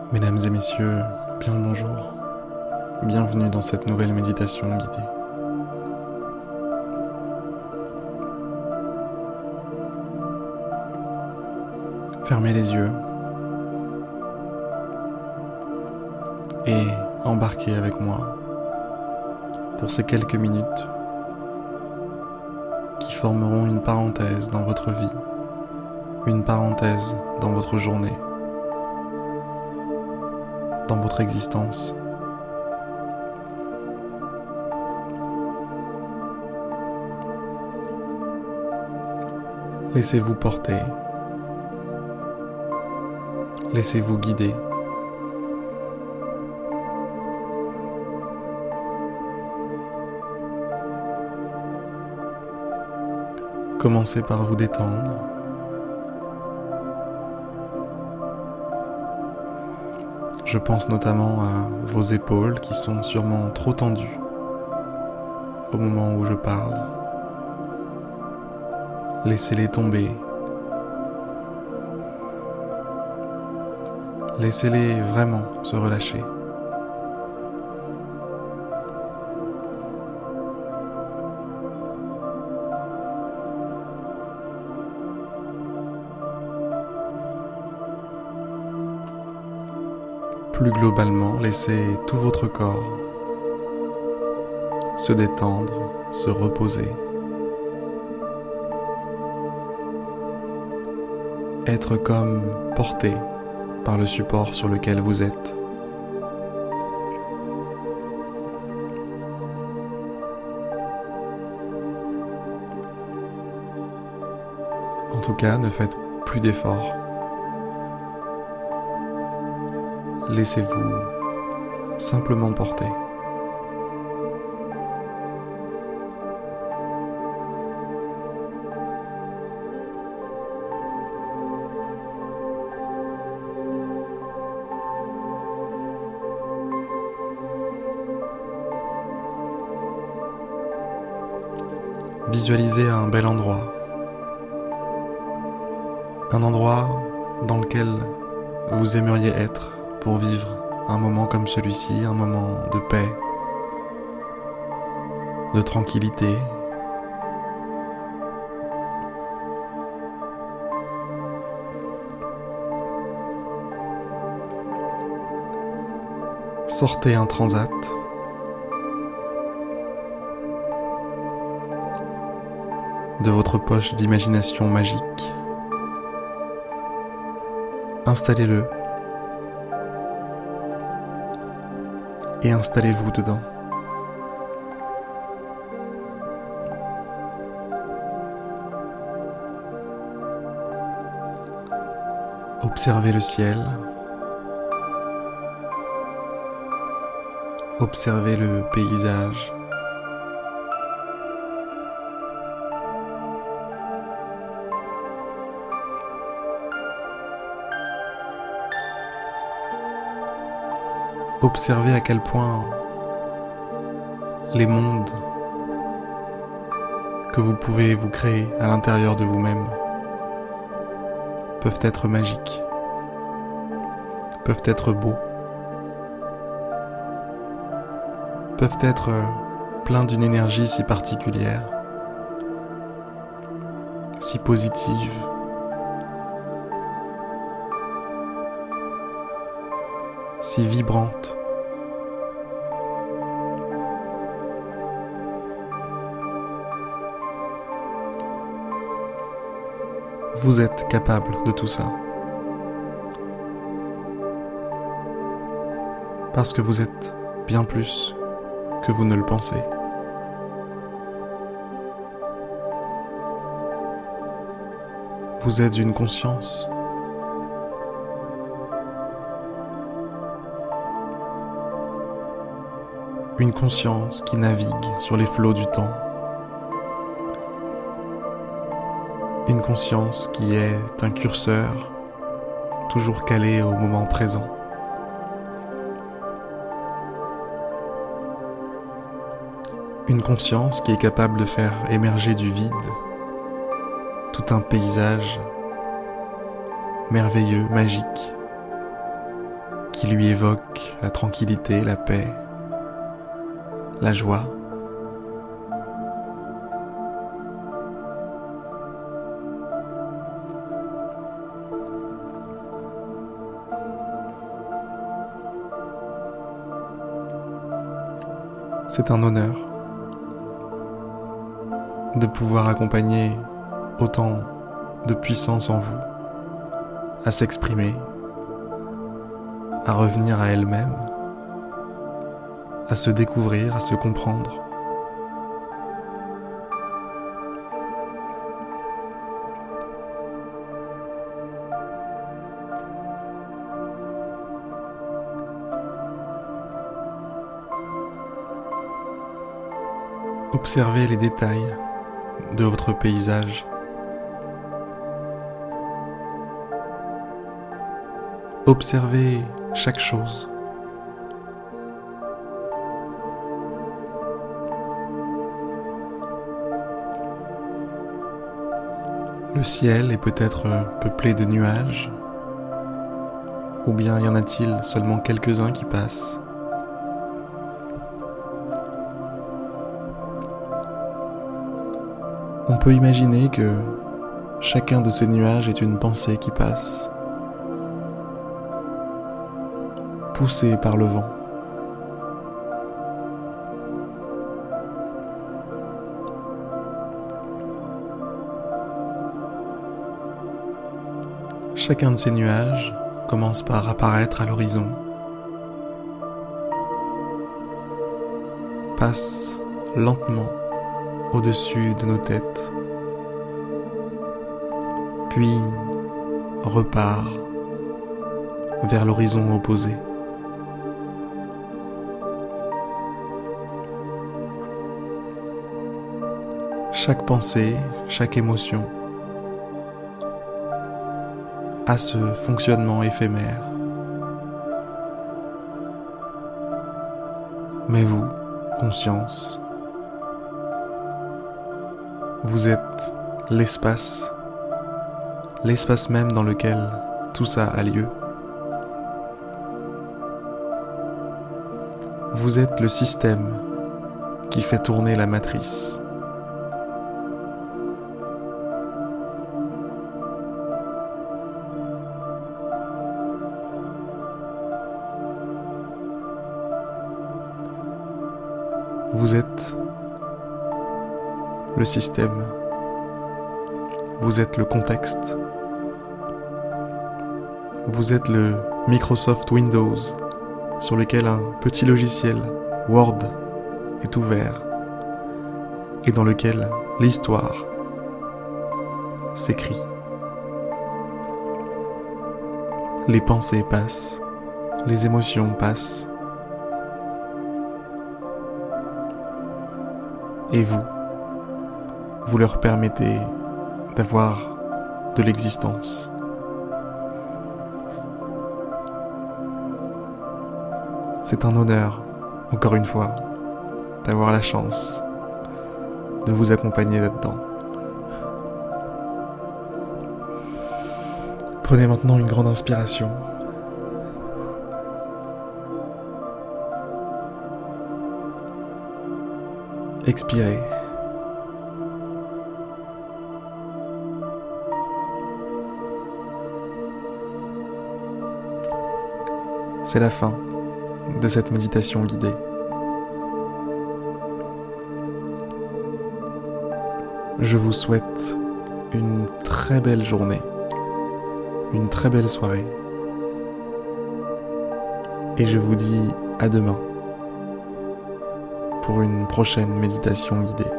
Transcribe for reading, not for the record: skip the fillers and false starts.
Mesdames et messieurs, bien le bonjour. Bienvenue dans cette nouvelle méditation guidée. Fermez les yeux et embarquez avec moi pour ces quelques minutes qui formeront une parenthèse dans votre vie, une parenthèse dans votre journée, dans votre existence. Laissez-vous porter, laissez-vous guider. Commencez par vous détendre. Je pense notamment à vos épaules qui sont sûrement trop tendues au moment où je parle. Laissez-les tomber. Laissez-les vraiment se relâcher. Plus globalement, laissez tout votre corps se détendre, se reposer. Être comme porté par le support sur lequel vous êtes. En tout cas, ne faites plus d'efforts. Laissez-vous simplement porter. Visualisez un bel endroit. Un endroit dans lequel vous aimeriez être pour vivre un moment comme celui-ci, un moment de paix, de tranquillité. Sortez un transat. De votre poche d'imagination magique. Installez-le et installez-vous dedans. Observez le ciel. Observez le paysage. Observez à quel point les mondes que vous pouvez vous créer à l'intérieur de vous-même peuvent être magiques, peuvent être beaux, peuvent être pleins d'une énergie si particulière, si positive. Si vibrante. Vous êtes capable de tout ça. Parce que vous êtes bien plus que vous ne le pensez. Vous êtes une conscience. Une conscience qui navigue sur les flots du temps. Une conscience qui est un curseur toujours calé au moment présent. Une conscience qui est capable de faire émerger du vide tout un paysage merveilleux, magique, qui lui évoque la tranquillité, la paix, la joie. C'est un honneur de pouvoir accompagner autant de puissance en vous à s'exprimer, à revenir à elle-même, à se découvrir, à se comprendre. Observez les détails de votre paysage. Observez chaque chose. Le ciel est peut-être peuplé de nuages, ou bien y en a-t-il seulement quelques-uns qui passent? On peut imaginer que chacun de ces nuages est une pensée qui passe, poussée par le vent. Chacun de ces nuages commence par apparaître à l'horizon, passe lentement au-dessus de nos têtes, puis repart vers l'horizon opposé. Chaque pensée, chaque émotion a ce fonctionnement éphémère. Mais vous, conscience, vous êtes l'espace même dans lequel tout ça a lieu. Vous êtes le système qui fait tourner la matrice. Vous êtes le système, vous êtes le contexte, vous êtes le Microsoft Windows sur lequel un petit logiciel Word est ouvert et dans lequel l'histoire s'écrit. Les pensées passent, les émotions passent, et vous leur permettez d'avoir de l'existence. C'est un honneur, encore une fois, d'avoir la chance de vous accompagner là-dedans. Prenez maintenant une grande inspiration. Expirez. C'est la fin de cette méditation guidée. Je vous souhaite une très belle journée, une très belle soirée, et je vous dis à demain pour une prochaine méditation guidée.